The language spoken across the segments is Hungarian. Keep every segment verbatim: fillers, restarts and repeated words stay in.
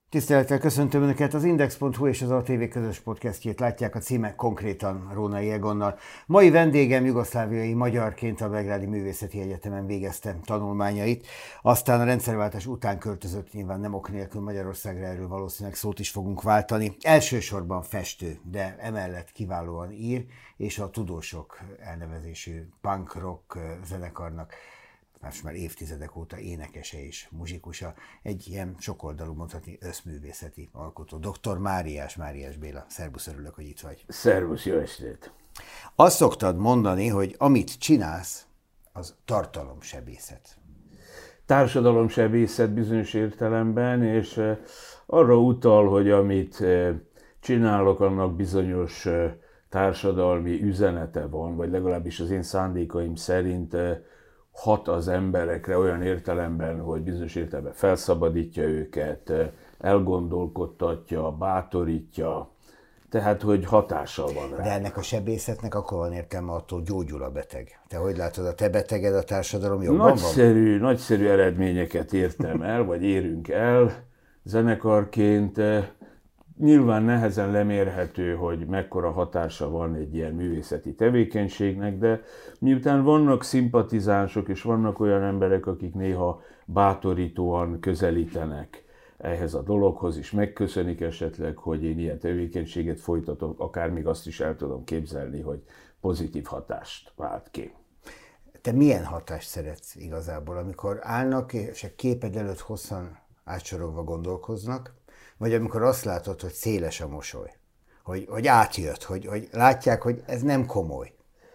Tisztelettel köszöntöm Önöket, az Index pont hu és az á té vé közös podcastjét látják, a címe konkrétan Rónai Egonnal. Mai vendégem jugoszláviai magyarként a Belgrádi Művészeti Egyetemen végezte tanulmányait, aztán a rendszerváltás után költözött, nyilván nem ok nélkül Magyarországra, erről valószínűleg szót is fogunk váltani. Elsősorban festő, de emellett kiválóan ír, és a Tudósok elnevezésű punk rock zenekarnak most már évtizedek óta énekese és muzsikusa, egy ilyen sokoldalú, mondhatni összművészeti alkotó. doktor Máriás, Máriás Béla, szervusz, örülök, hogy itt vagy. Szervusz, jó estét! Azt szoktad mondani, hogy amit csinálsz, az tartalomsebészet. Társadalomsebészet bizonyos értelemben, és arra utal, hogy amit csinálok, annak bizonyos társadalmi üzenete van, vagy legalábbis az én szándékaim szerint hat az emberekre olyan értelemben, hogy bizonyos értelemben felszabadítja őket, elgondolkodtatja, bátorítja, tehát hogy hatással van rá. De ennek a sebészetnek akkor van értelme, attól gyógyul a beteg. Te hogy látod, a te beteged, a társadalom jobban nagyszerű, van? Nagyszerű eredményeket értem el, vagy érünk el zenekarként. Nyilván nehezen lemérhető, hogy mekkora hatása van egy ilyen művészeti tevékenységnek, de miután vannak szimpatizánsok, és vannak olyan emberek, akik néha bátorítóan közelítenek ehhez a dologhoz, és megköszönik esetleg, hogy én ilyen tevékenységet folytatok, akár még azt is el tudom képzelni, hogy pozitív hatást vált ki. Te milyen hatást szeretsz igazából, amikor állnak, és a képed előtt hosszan átsorogva gondolkoznak, vagy amikor azt látod, hogy széles a mosoly, hogy, hogy átjött, hogy, hogy látják, hogy ez nem komoly.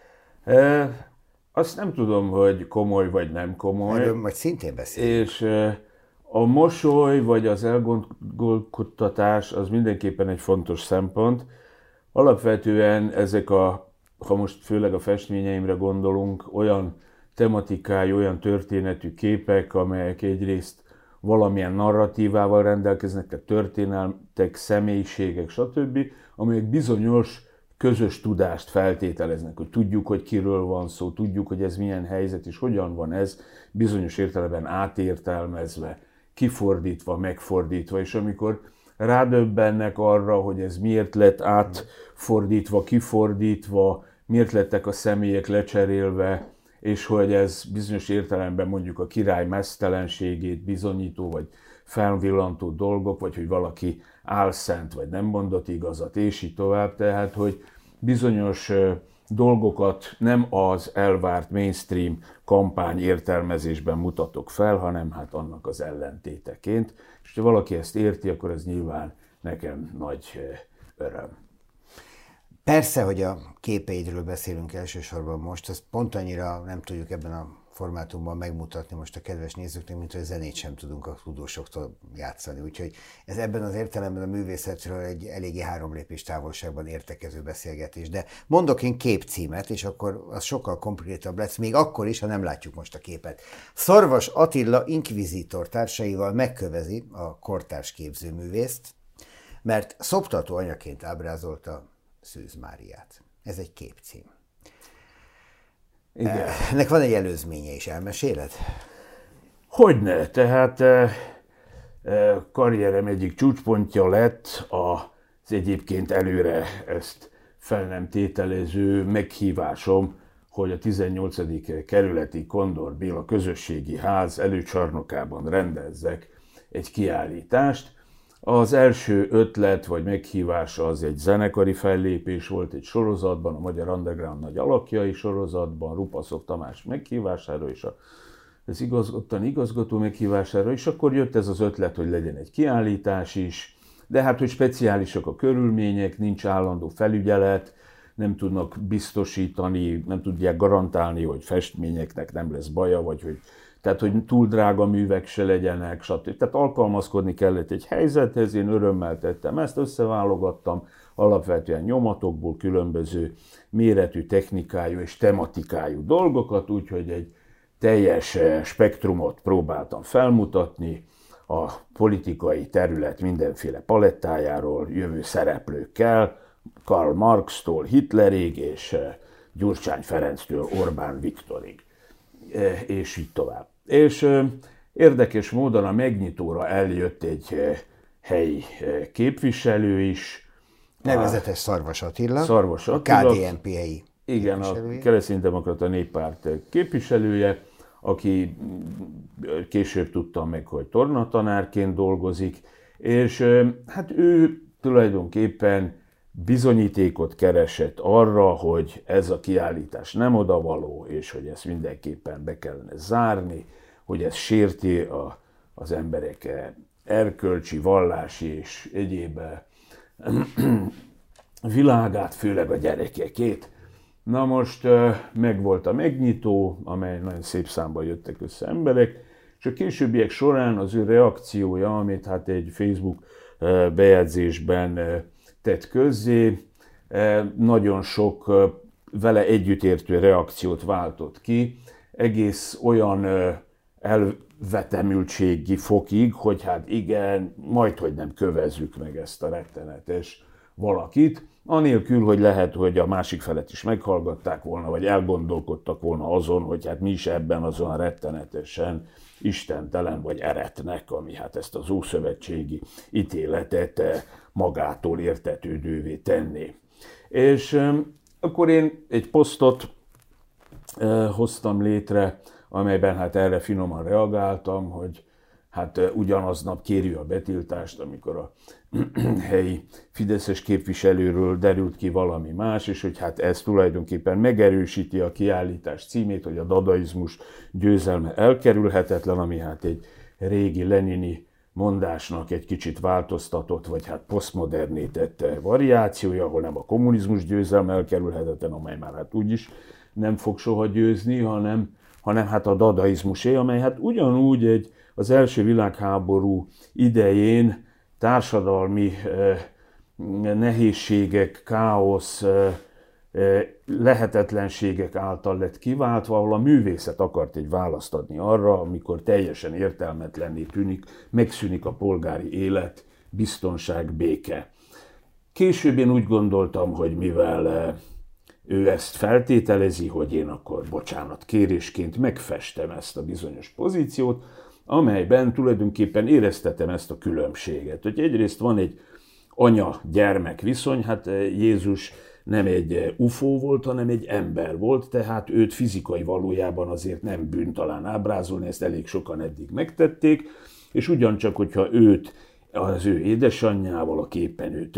E, azt nem tudom, hogy komoly vagy nem komoly. Erről majd szintén beszélünk. És e, a mosoly vagy az elgondolkodtatás az mindenképpen egy fontos szempont. Alapvetően ezek a, ha most főleg a festményeimre gondolunk, olyan tematikájú, olyan történetű képek, amelyek egyrészt valamilyen narratívával rendelkeznek, tehát történetek, személyiségek, stb., amelyek bizonyos közös tudást feltételeznek, hogy tudjuk, hogy kiről van szó, tudjuk, hogy ez milyen helyzet, és hogyan van ez bizonyos értelemben átértelmezve, kifordítva, megfordítva, és amikor rádöbbennek arra, hogy ez miért lett átfordítva, kifordítva, miért lettek a személyek lecserélve, és hogy ez bizonyos értelemben mondjuk a király meztelenségét bizonyító, vagy felvillantó dolgok, vagy hogy valaki álszent, vagy nem mondott igazat, és így tovább. Tehát, hogy bizonyos dolgokat nem az elvárt mainstream kampány értelmezésben mutatok fel, hanem hát annak az ellentéteként. És ha valaki ezt érti, akkor ez nyilván nekem nagy öröm. Persze, hogy a képeidről beszélünk elsősorban most, ezt pont annyira nem tudjuk ebben a formátumban megmutatni most a kedves nézőknek, mint hogy a zenét sem tudunk a tudósoktól játszani. Úgyhogy ez ebben az értelemben a művészetről egy eléggé három lépés távolságban értekező beszélgetés. De mondok én képcímet, és akkor az sokkal konkrétabb lesz, még akkor is, ha nem látjuk most a képet. Szarvas Attila inkvizítor társaival megkövezi a kortárs képzőművészt, mert szoptató anyaként ábrázolta Szűz Máriát. Ez egy képcím. Igen. Ennek van egy előzménye is, elmeséled? Hogyne, tehát e, e, karrierem egyik csúcspontja lett az egyébként előre ezt fel nem tételező meghívásom, hogy a tizennyolcadik kerületi Kondor Béla közösségi ház előcsarnokában rendezzek egy kiállítást. Az első ötlet vagy meghívás az egy zenekari fellépés volt egy sorozatban, a Magyar Underground nagy alakjai sorozatban, Rupaszok Tamás meghívására és az igazgató, igazgató meghívására, és akkor jött ez az ötlet, hogy legyen egy kiállítás is, de hát, hogy speciálisak a körülmények, nincs állandó felügyelet, nem tudnak biztosítani, nem tudják garantálni, hogy festményeknek nem lesz baja, vagy hogy tehát, hogy túl drága művek se legyenek, stb. Tehát alkalmazkodni kellett egy helyzethez, én örömmel tettem ezt, összeválogattam alapvetően nyomatokból különböző méretű, technikájú és tematikájú dolgokat, úgyhogy egy teljes spektrumot próbáltam felmutatni, a politikai terület mindenféle palettájáról, jövő szereplőkkel, Karl Marxtól Hitlerig és Gyurcsány Ferenctől Orbán Viktorig, és így tovább. És érdekes módon a megnyitóra eljött egy helyi képviselő is. Nevezetes Szarvas Attila, Szarvas Attila, a ká dé en pé helyi igen, a Kereszténydemokrata Néppárt képviselője, aki később tudtam meg, hogy tornatanárként dolgozik, és hát ő tulajdonképpen bizonyítékot keresett arra, hogy ez a kiállítás nem odavaló, és hogy ezt mindenképpen be kellene zárni, hogy ez sérti a, az emberek erkölcsi, vallási és egyéb világát, főleg a gyerekekét. Na most megvolt a megnyitó, amely nagyon szép számban jöttek össze emberek, és a későbbiek során az ő reakciója, amit hát egy Facebook bejegyzésben tett közzé, nagyon sok vele együttértő reakciót váltott ki, egész olyan elvetemültségi fokig, hogy hát igen, majdhogy nem kövezzük meg ezt a rettenetes valakit, anélkül, hogy lehet, hogy a másik felet is meghallgatták volna, vagy elgondolkodtak volna azon, hogy hát mi is ebben azon rettenetesen istentelen vagy eretnek, ami hát ezt az ószövetségi ítéletet magától értetődővé tenné. És akkor én egy posztot hoztam létre, amelyben hát erre finoman reagáltam, hogy hát ugyanaznap kéri a betiltást, amikor a helyi fideszes képviselőről derült ki valami más, és hogy hát ez tulajdonképpen megerősíti a kiállítás címét, hogy a dadaizmus győzelme elkerülhetetlen, ami hát egy régi lenini mondásnak egy kicsit változtatott, vagy hát posztmodernített variációja, ahol nem a kommunizmus győzelme elkerülhetetlen, amely már hát úgyis nem fog soha győzni, hanem, hanem hát a dadaizmusé, amely hát ugyanúgy egy az első világháború idején társadalmi nehézségek, káosz, lehetetlenségek által lett kiváltva, ahol a művészet akart egy választ adni arra, amikor teljesen értelmetlenné tűnik, megszűnik a polgári élet, biztonság, béke. Később én úgy gondoltam, hogy mivel ő ezt feltételezi, hogy én akkor bocsánatkérésként megfestem ezt a bizonyos pozíciót, amelyben tulajdonképpen éreztetem ezt a különbséget. Hogy egyrészt van egy anya-gyermek viszony, hát Jézus nem egy ufó volt, hanem egy ember volt, tehát őt fizikai valójában azért nem bűntalán ábrázolni, ezt elég sokan eddig megtették, és ugyancsak, hogyha őt az ő édesanyjával, aki éppen őt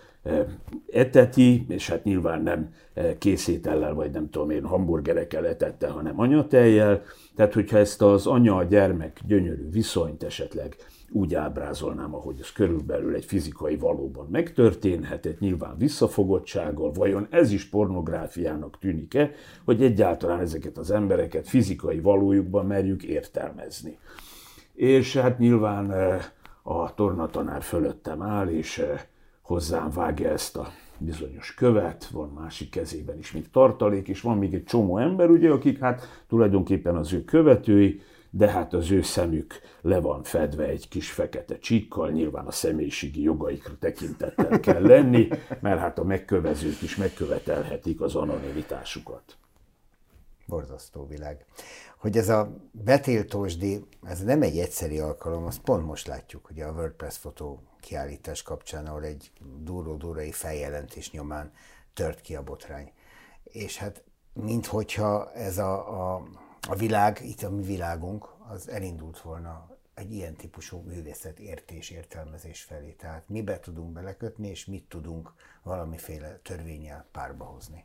eteti, és hát nyilván nem készétellel, vagy nem tudom én, hamburgerekkel etette, hanem anyatejjel. Tehát, hogyha ezt az anya-gyermek gyönyörű viszonyt esetleg úgy ábrázolnám, ahogy ez körülbelül egy fizikai valóban megtörténhetett, nyilván visszafogottsággal, vajon ez is pornográfiának tűnik-e, hogy egyáltalán ezeket az embereket fizikai valójukban merjük értelmezni. És hát nyilván a tornatanár fölöttem áll, és hozzám vágja ezt a bizonyos követ, van másik kezében is még tartalék, és van még egy csomó ember, ugye, akik hát tulajdonképpen az ő követői, de hát az ő szemük le van fedve egy kis fekete csíkkal, nyilván a személyiségi jogaikra tekintettel kell lenni, mert hát a megkövezők is megkövetelhetik az anonimitásukat. Borzasztó világ. Hogy ez a betiltósdi, ez nem egy egyszeri alkalom, azt pont most látjuk, hogy a WordPress fotó kiállítás kapcsán, ahol egy duró-durai feljelentés nyomán tört ki a botrány. És hát minthogyha ez a, a, a világ, itt a mi világunk, az elindult volna egy ilyen típusú művészet értés, értelmezés felé. Tehát mibe tudunk belekötni, és mit tudunk valamiféle törvénnyel párba hozni.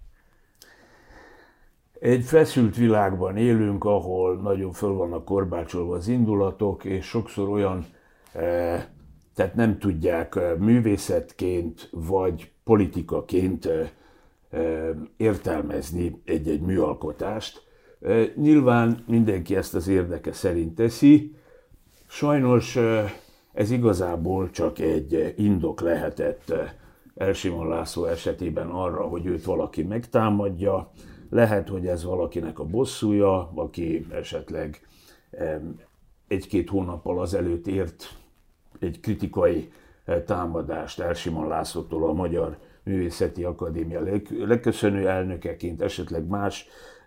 Egy feszült világban élünk, ahol nagyon föl vannak korbácsolva az indulatok, és sokszor olyan, eh, tehát nem tudják művészetként vagy politikaként eh, értelmezni egy-egy műalkotást. Eh, nyilván mindenki ezt az érdeke szerint teszi. Sajnos eh, ez igazából csak egy indok lehetett eh, Elsimon László esetében arra, hogy őt valaki megtámadja. Lehet, hogy ez valakinek a bosszúja, aki esetleg egy-két hónappal azelőtt ért egy kritikai támadást Elsimon Lászlótól a Magyar Művészeti Akadémia legköszönő elnökeként, esetleg más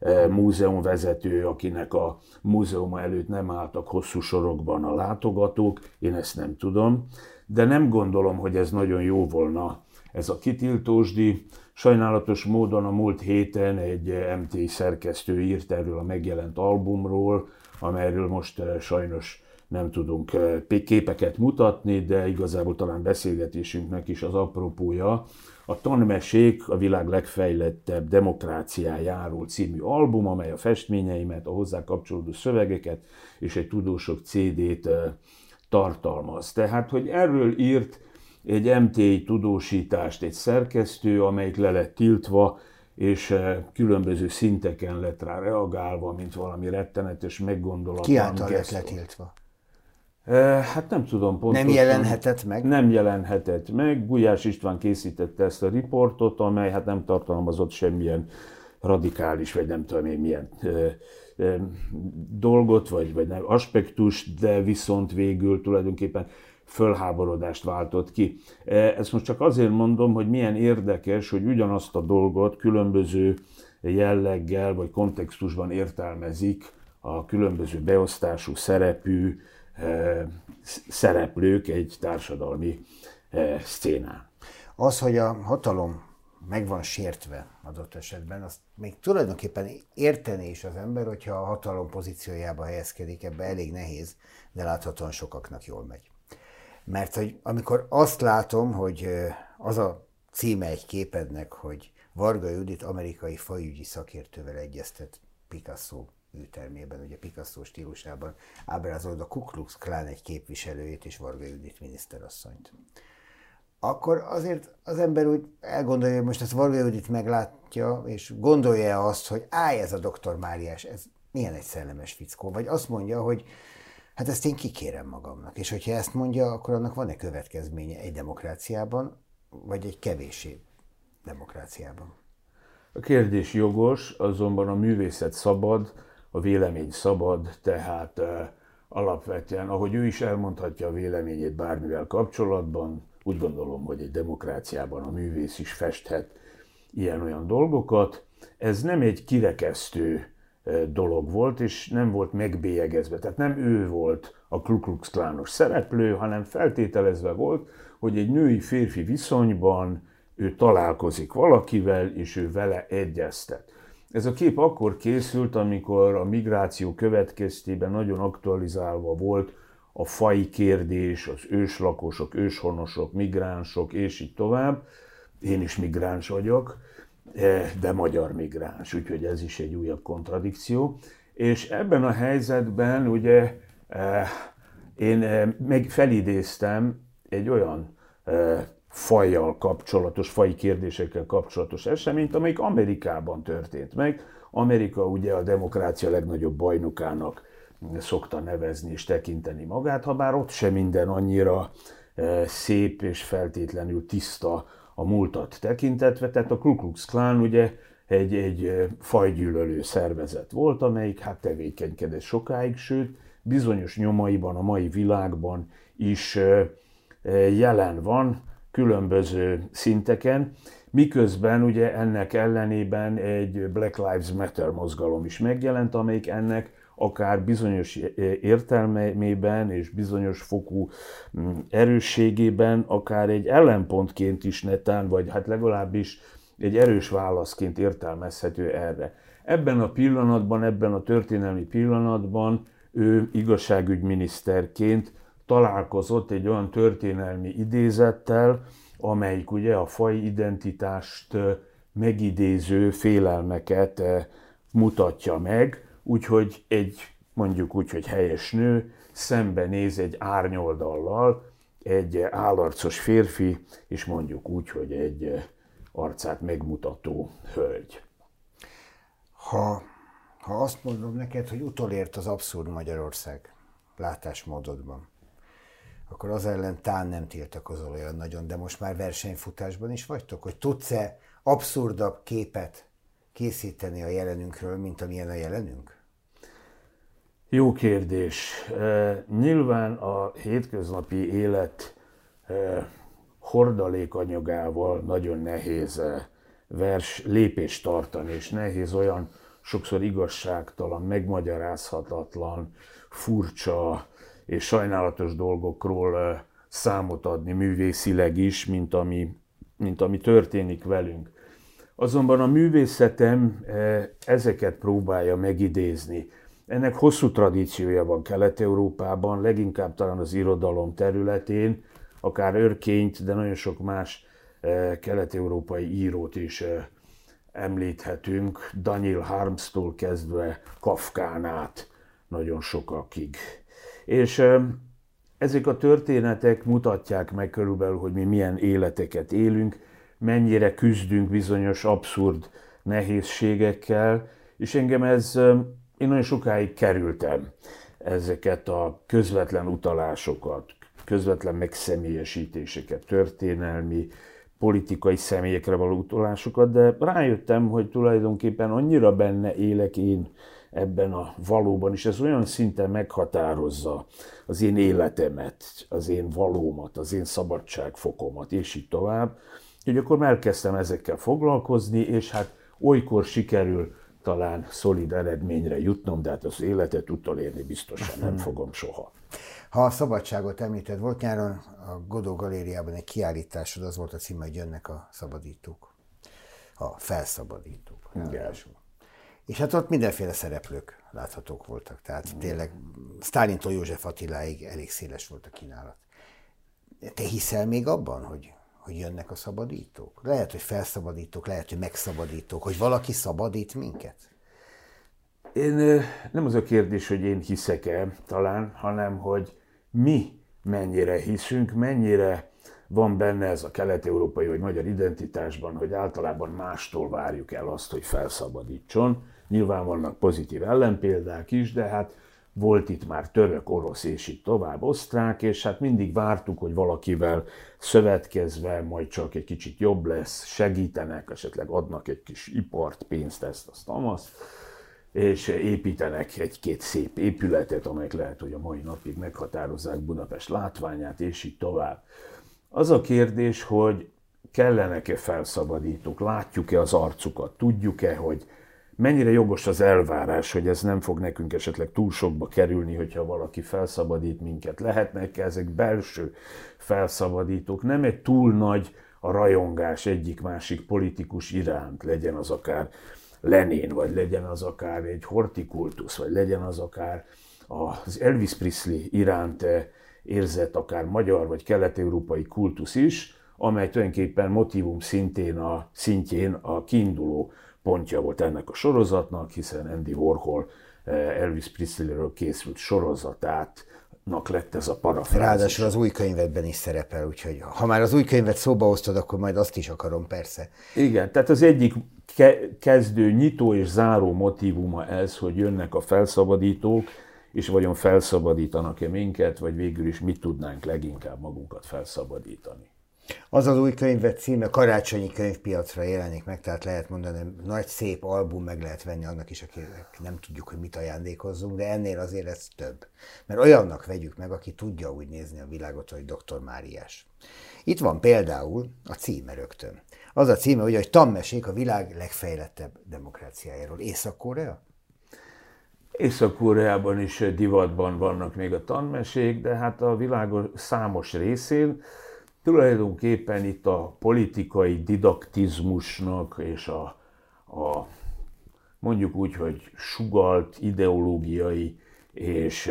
múzeumvezető, akinek a múzeuma előtt nem álltak hosszú sorokban a látogatók, én ezt nem tudom, de nem gondolom, hogy ez nagyon jó volna, ez a kitiltósdíj. Sajnálatos módon a múlt héten egy em té szerkesztő írt erről a megjelent albumról, amelyről most sajnos nem tudunk képeket mutatni, de igazából talán beszélgetésünknek is az apropója. A Tanmesék, a világ legfejlettebb demokráciájáról című album, amely a festményeimet, a hozzá kapcsolódó szövegeket és egy tudósok cé dét tartalmaz. Tehát, hogy erről írt egy em té tudósítást egy szerkesztő, amelyik le lett tiltva, és különböző szinteken lett rá reagálva, mint valami rettenetes meggondolatlan. Ki által lett letiltva? Hát nem tudom pontosan. Nem jelenhetett meg? Nem jelenhetett meg. Gulyás István készítette ezt a riportot, amely hát nem tartalmazott semmilyen radikális, vagy nem tudom én milyen ö, ö, dolgot, vagy, vagy nem, aspektust, de viszont végül tulajdonképpen fölháborodást váltott ki. Ezt most csak azért mondom, hogy milyen érdekes, hogy ugyanazt a dolgot különböző jelleggel vagy kontextusban értelmezik a különböző beosztású, szerepű szereplők egy társadalmi szcénán. Az, hogy a hatalom meg van sértve adott esetben, azt még tulajdonképpen érteni is az ember, hogyha a hatalom pozíciójába helyezkedik, ebbe elég nehéz, de láthatóan sokaknak jól megy. Mert hogy amikor azt látom, hogy az a címe egy képednek, hogy Varga Judit amerikai faügyi szakértővel egyeztet Picasso műtermében, ugye Picasso stílusában ábrázolod a Ku Klux Klan egy képviselőjét és Varga Judit miniszterasszonyt. Akkor azért az ember úgy elgondolja, hogy most ezt Varga Judit meglátja, és gondolja azt, hogy állj, ez a doktor Máriás, ez milyen egy szellemes fickó, vagy azt mondja, hogy hát ezt én kikérem magamnak, és hogyha ezt mondja, akkor annak van-e következménye egy demokráciában, vagy egy kevéssé demokráciában? A kérdés jogos, azonban a művészet szabad, a vélemény szabad, tehát uh, alapvetően, ahogy ő is elmondhatja a véleményét bármivel kapcsolatban, úgy gondolom, hogy egy demokráciában a művész is festhet ilyen-olyan dolgokat. Ez nem egy kirekesztő dolog volt, és nem volt megbélyegezve. Tehát nem ő volt a Ku Klux Klanos szereplő, hanem feltételezve volt, hogy egy női-férfi viszonyban ő találkozik valakivel, és ő vele egyeztet. Ez a kép akkor készült, amikor a migráció következtében nagyon aktualizálva volt a faji kérdés, az őslakosok, őshonosok, migránsok, és így tovább. Én is migráns vagyok, de magyar migráns, úgyhogy ez is egy újabb kontradikció. És ebben a helyzetben ugye én meg felidéztem egy olyan fajjal kapcsolatos, faji kérdésekkel kapcsolatos eseményt, amelyik Amerikában történt meg. Amerika ugye a demokrácia legnagyobb bajnokának szokta nevezni és tekinteni magát, ha bár ott sem minden annyira szép és feltétlenül tiszta a múltat tekintetve. Tehát a Ku Klux Klan ugye egy, egy fajgyűlölő szervezet volt, amelyik hát tevékenykedett sokáig, sőt bizonyos nyomaiban a mai világban is jelen van különböző szinteken, miközben ugye ennek ellenében egy Black Lives Matter mozgalom is megjelent, amelyik ennek akár bizonyos értelmében és bizonyos fokú erősségében, akár egy ellenpontként is netán, vagy hát legalábbis egy erős válaszként értelmezhető erre. Ebben a pillanatban, ebben a történelmi pillanatban ő igazságügyminiszterként találkozott egy olyan történelmi idézettel, amelyik ugye a faji identitást megidéző félelmeket mutatja meg, úgyhogy egy, mondjuk úgy, hogy helyes nő szembenéz egy árnyoldallal, egy állarcos férfi, és mondjuk úgy, hogy egy arcát megmutató hölgy. Ha, ha azt mondom neked, hogy utolért az abszurd Magyarország látásmódodban, akkor az ellen tán nem tiltakozol olyan nagyon, de most már versenyfutásban is vagytok, hogy tudsz-e abszurdabb képet készíteni a jelenünkről, mint amilyen a jelenünk? Jó kérdés. E, nyilván a hétköznapi élet e, hordalékanyagával nagyon nehéz vers lépést tartani, és nehéz olyan sokszor igazságtalan, megmagyarázhatatlan, furcsa és sajnálatos dolgokról számot adni művészileg is, mint ami, mint ami történik velünk. Azonban a művészetem ezeket próbálja megidézni. Ennek hosszú tradíciója van Kelet-Európában, leginkább talán az irodalom területén, akár Örkényt, de nagyon sok más kelet-európai írót is említhetünk, Daniel Harmstól kezdve Kafkán át nagyon sokakig. És ezek a történetek mutatják meg körülbelül, hogy mi milyen életeket élünk, mennyire küzdünk bizonyos abszurd nehézségekkel, és engem ez, én nagyon sokáig kerültem ezeket a közvetlen utalásokat, közvetlen megszemélyesítéseket, történelmi, politikai személyekre való utalásokat, de rájöttem, hogy tulajdonképpen annyira benne élek én ebben a valóban, és ez olyan szinten meghatározza az én életemet, az én valómat, az én szabadságfokomat, és így tovább, hogy akkor elkezdtem ezekkel foglalkozni, és hát olykor sikerül talán szolid eredményre jutnom, de hát az életet utolérni biztosan nem fogom soha. Ha a szabadságot említed, volt nyáron a Godó Galériában egy kiállításod, az volt a címe, hogy Jönnek a szabadítók, a felszabadítók. És hát ott mindenféle szereplők láthatók voltak, tehát tényleg Sztálintól József Attiláig elég széles volt a kínálat. Te hiszel még abban, hogy, hogy jönnek a szabadítók? Lehet, hogy felszabadítók, lehet, hogy megszabadítók, hogy valaki szabadít minket? Én, nem az a kérdés, hogy én hiszek-e talán, hanem hogy mi mennyire hiszünk, mennyire van benne ez a kelet-európai vagy magyar identitásban, hogy általában mástól várjuk el azt, hogy felszabadítson. Nyilván vannak pozitív ellenpéldák is, de hát volt itt már török, orosz és így tovább, osztrák, és hát mindig vártuk, hogy valakivel szövetkezve majd csak egy kicsit jobb lesz, segítenek, esetleg adnak egy kis ipart, pénzt, ezt, azt, amazt, és építenek egy-két szép épületet, amelyek lehet, hogy a mai napig meghatározzák Budapest látványát, és így tovább. Az a kérdés, hogy kellenek-e felszabadítók, látjuk-e az arcukat, tudjuk-e, hogy mennyire jogos az elvárás, hogy ez nem fog nekünk esetleg túl sokba kerülni, hogyha valaki felszabadít minket. Lehetnek-e ezek belső felszabadítók, nem egy túl nagy a rajongás egyik-másik politikus iránt, legyen az akár Lenin, vagy legyen az akár egy hortikultusz, vagy legyen az akár az Elvis Presley iránt érzett akár magyar vagy kelet-európai kultusz is, amely tulajdonképpen motivum szintén a, szintjén a kiinduló pontja volt ennek a sorozatnak, hiszen Andy Warhol Elvis Presleyről készült sorozatátnak lett ez a parafrázis. Ráadásul az új könyvedben is szerepel, úgyhogy ha már az új könyvet szóba hoztad, akkor majd azt is akarom, persze. Igen, tehát az egyik ke- kezdő, nyitó és záró motívuma ez, hogy jönnek a felszabadítók, és vajon felszabadítanak-e minket, vagy végül is mit tudnánk leginkább magunkat felszabadítani. Az az új könyvet címe karácsonyi könyvpiacra jelenik meg, tehát lehet mondani, nagy szép album meg lehet venni annak is, akinek nem tudjuk, hogy mit ajándékozzunk, de ennél azért ez több. Mert olyannak vegyük meg, aki tudja úgy nézni a világot, hogy doktor Máriás. Itt van például a címe rögtön. Az a címe, hogy Tanmesék a világ legfejlettebb demokráciájáról. Észak-Korea? Észak-Koreában is divatban vannak még a tanmesék, de hát a világ számos részén tulajdonképpen itt a politikai didaktizmusnak és a, a mondjuk úgy, hogy sugalt ideológiai és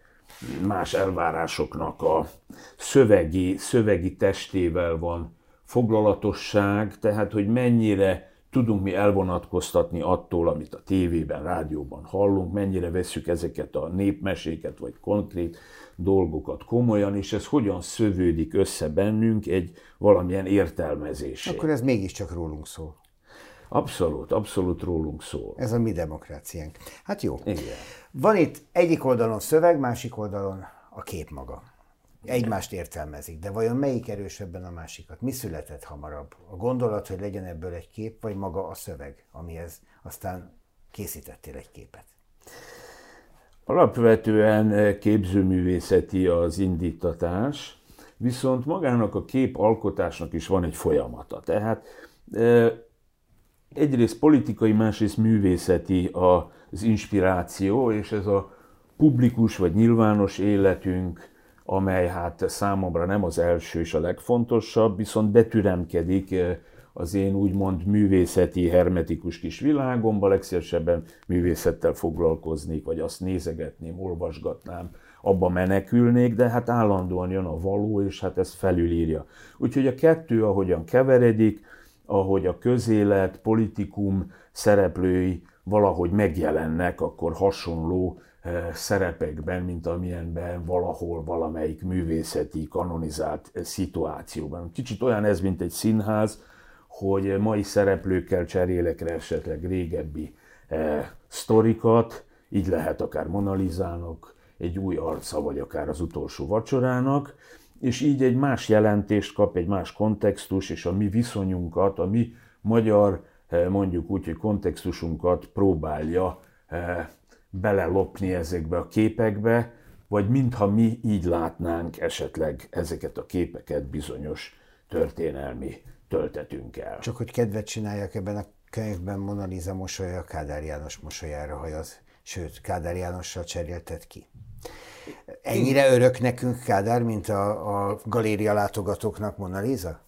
más elvárásoknak a szövegi, szövegi testével van foglalatosság, tehát hogy mennyire tudunk mi elvonatkoztatni attól, amit a tévében, rádióban hallunk, mennyire vesszük ezeket a népmeséket, vagy konkrét dolgokat komolyan, és ez hogyan szövődik össze bennünk egy valamilyen értelmezésé. Akkor ez mégiscsak rólunk szól. Abszolút, abszolút rólunk szól. Ez a mi demokráciánk. Hát jó. Igen. Van itt egyik oldalon szöveg, másik oldalon a kép maga. Egymást értelmezik, de vajon melyik erősebben a másikat? Mi született hamarabb? A gondolat, hogy legyen ebből egy kép, vagy maga a szöveg, amihez aztán készítettél egy képet? Alapvetően képzőművészeti az indítatás, viszont magának a kép alkotásnak is van egy folyamata. Tehát egyrészt politikai, másrészt művészeti az inspiráció, és ez a publikus vagy nyilvános életünk, amely hát számomra nem az első és a legfontosabb, viszont betüremkedik az én úgymond művészeti, hermetikus kis világomba, legszívesebben művészettel foglalkoznék, vagy azt nézegetném, olvasgatnám, abba menekülnék, de hát állandóan jön a való, és hát ezt felülírja. Úgyhogy a kettő, ahogyan keveredik, ahogy a közélet, politikum szereplői valahogy megjelennek, akkor hasonló szerepekben, mint amilyenben valahol valamelyik művészeti, kanonizált szituációban. Kicsit olyan ez, mint egy színház, hogy mai szereplőkkel cserélek rá esetleg régebbi eh, sztorikat, így lehet akár Mona Lisának egy új arca, vagy akár az utolsó vacsorának, és így egy más jelentést kap, egy más kontextus, és a mi viszonyunkat, a mi magyar, eh, mondjuk úgy, hogy kontextusunkat próbálja eh, belelopni ezekbe a képekbe, vagy mintha mi így látnánk esetleg ezeket a képeket bizonyos történelmi töltetünkkel. Csak hogy kedvet csináljak, ebben a könyvben Mona Lisa mosolya Kádár János mosolyára hajaz, sőt, Kádár Jánossal cserélted ki. Ennyire örök nekünk Kádár, mint a, a galéria látogatóknak Mona Lisa?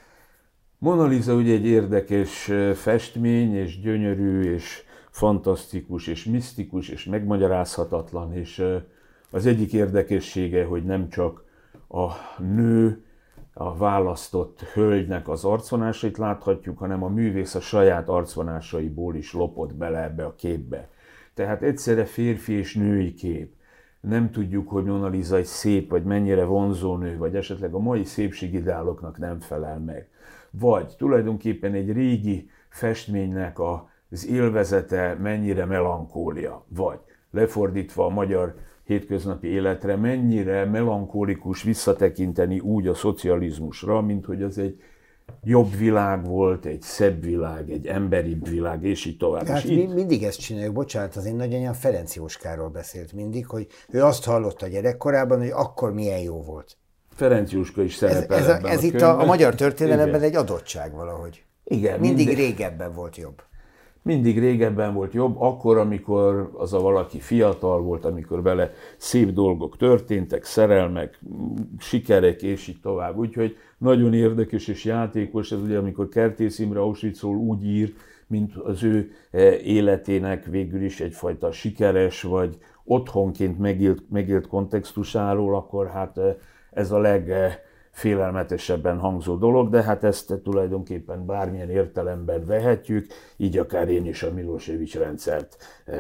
Mona Lisa ugye egy érdekes festmény, és gyönyörű, és fantasztikus, és misztikus, és megmagyarázhatatlan, és az egyik érdekessége, hogy nem csak a nő, a választott hölgynek az arcvonásait láthatjuk, hanem a művész a saját arcvonásaiból is lopott bele ebbe a képbe. Tehát egyszerre férfi és női kép. Nem tudjuk, hogy Mona Lisa egy szép, vagy mennyire vonzó nő, vagy esetleg a mai szépségideáloknak nem felel meg. Vagy tulajdonképpen egy régi festménynek az élvezete mennyire melankólia. Vagy lefordítva a magyar hétköznapi életre, mennyire melankólikus visszatekinteni úgy a szocializmusra, mint hogy az egy jobb világ volt, egy szebb világ, egy emberibb világ, és így tovább. Hát és mi így... mindig ezt csináljuk, bocsánat, az én nagyanyám Ferenc Jóskáról beszélt mindig, hogy ő azt hallotta gyerekkorában, hogy akkor milyen jó volt. Ferenc Jóska is szerepel Ez, ez, ebben ez a itt a, a magyar történelemben Igen. egy adottság valahogy. Igen, mindig, mindig régebben volt jobb. Mindig régebben volt jobb, akkor, amikor az a valaki fiatal volt, amikor vele szép dolgok történtek, szerelmek, sikerek, és így tovább. Úgyhogy nagyon érdekes és játékos, ez ugye, amikor Kertész Imre Auschwitzról úgy ír, mint az ő életének végül is egyfajta sikeres, vagy otthonként megélt, megélt kontextusáról, akkor hát ez a legfélelmetesebben hangzó dolog, de hát ezt tulajdonképpen bármilyen értelemben vehetjük, így akár én is a Milosevic rendszert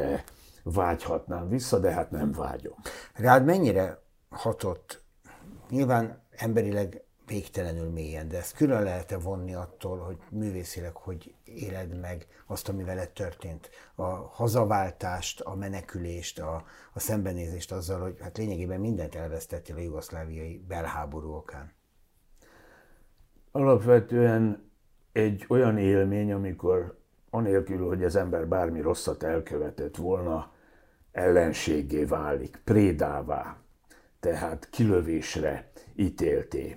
vágyhatnám vissza, de hát nem vágyom. Rád mennyire hatott, nyilván emberileg végtelenül mélyen, de ezt külön lehet-e vonni attól, hogy művészileg hogy éled meg azt, ami veled történt? A hazaváltást, a menekülést, a, a szembenézést azzal, hogy hát lényegében mindent elvesztettél a jugoszláviai belháború okán. Alapvetően egy olyan élmény, amikor anélkül, hogy az ember bármi rosszat elkövetett volna, ellenséggé válik, prédává, tehát kilövésre ítélté.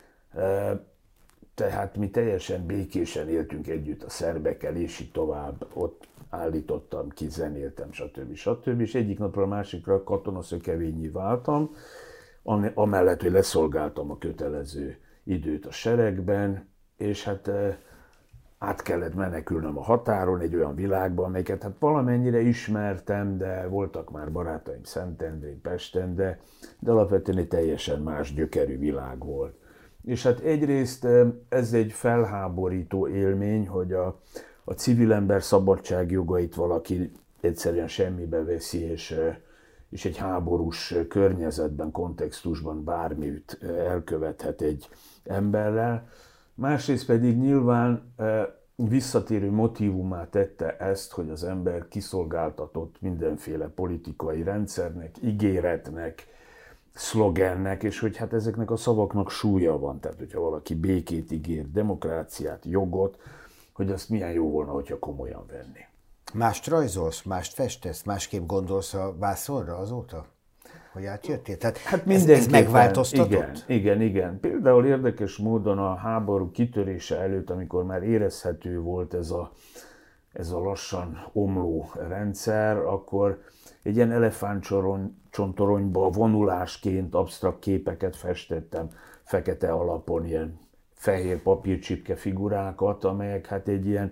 Tehát mi teljesen békésen éltünk együtt a szerbekkel, és így tovább, ott állítottam ki, zenéltem, stb. stb. És egyik napról a másikra katonaszökevényi váltam, amellett, hogy leszolgáltam a kötelező időt a seregben, és hát át kellett menekülnöm a határon egy olyan világba, amelyeket hát valamennyire ismertem, de voltak már barátaim Szentendrén, Pesten, de, de alapvetően egy teljesen más gyökerű világ volt. És hát egyrészt ez egy felháborító élmény, hogy a, a civil ember szabadságjogait valaki egyszerűen semmibe veszi, és, és egy háborús környezetben, kontextusban bármit elkövethet egy emberrel. Másrészt pedig nyilván visszatérő motívumá tette ezt, hogy az ember kiszolgáltatott mindenféle politikai rendszernek, ígéretnek, szlogennek, és hogy hát ezeknek a szavaknak súlya van. Tehát, hogyha valaki békét ígér, demokráciát, jogot, hogy azt milyen jó volna, hogyha komolyan venni. Mást rajzolsz, mást festesz, másképp gondolsz a vászonra azóta? Hogy átjöttél? Tehát hát ez, ez megváltoztatott? Igen, igen, igen. Például érdekes módon a háború kitörése előtt, amikor már érezhető volt ez a ez a lassan omló rendszer, akkor egy ilyen elefántcsontoronyba vonulásként absztrakt képeket festettem, fekete alapon ilyen fehér papírcsipke figurákat, amelyek hát egy ilyen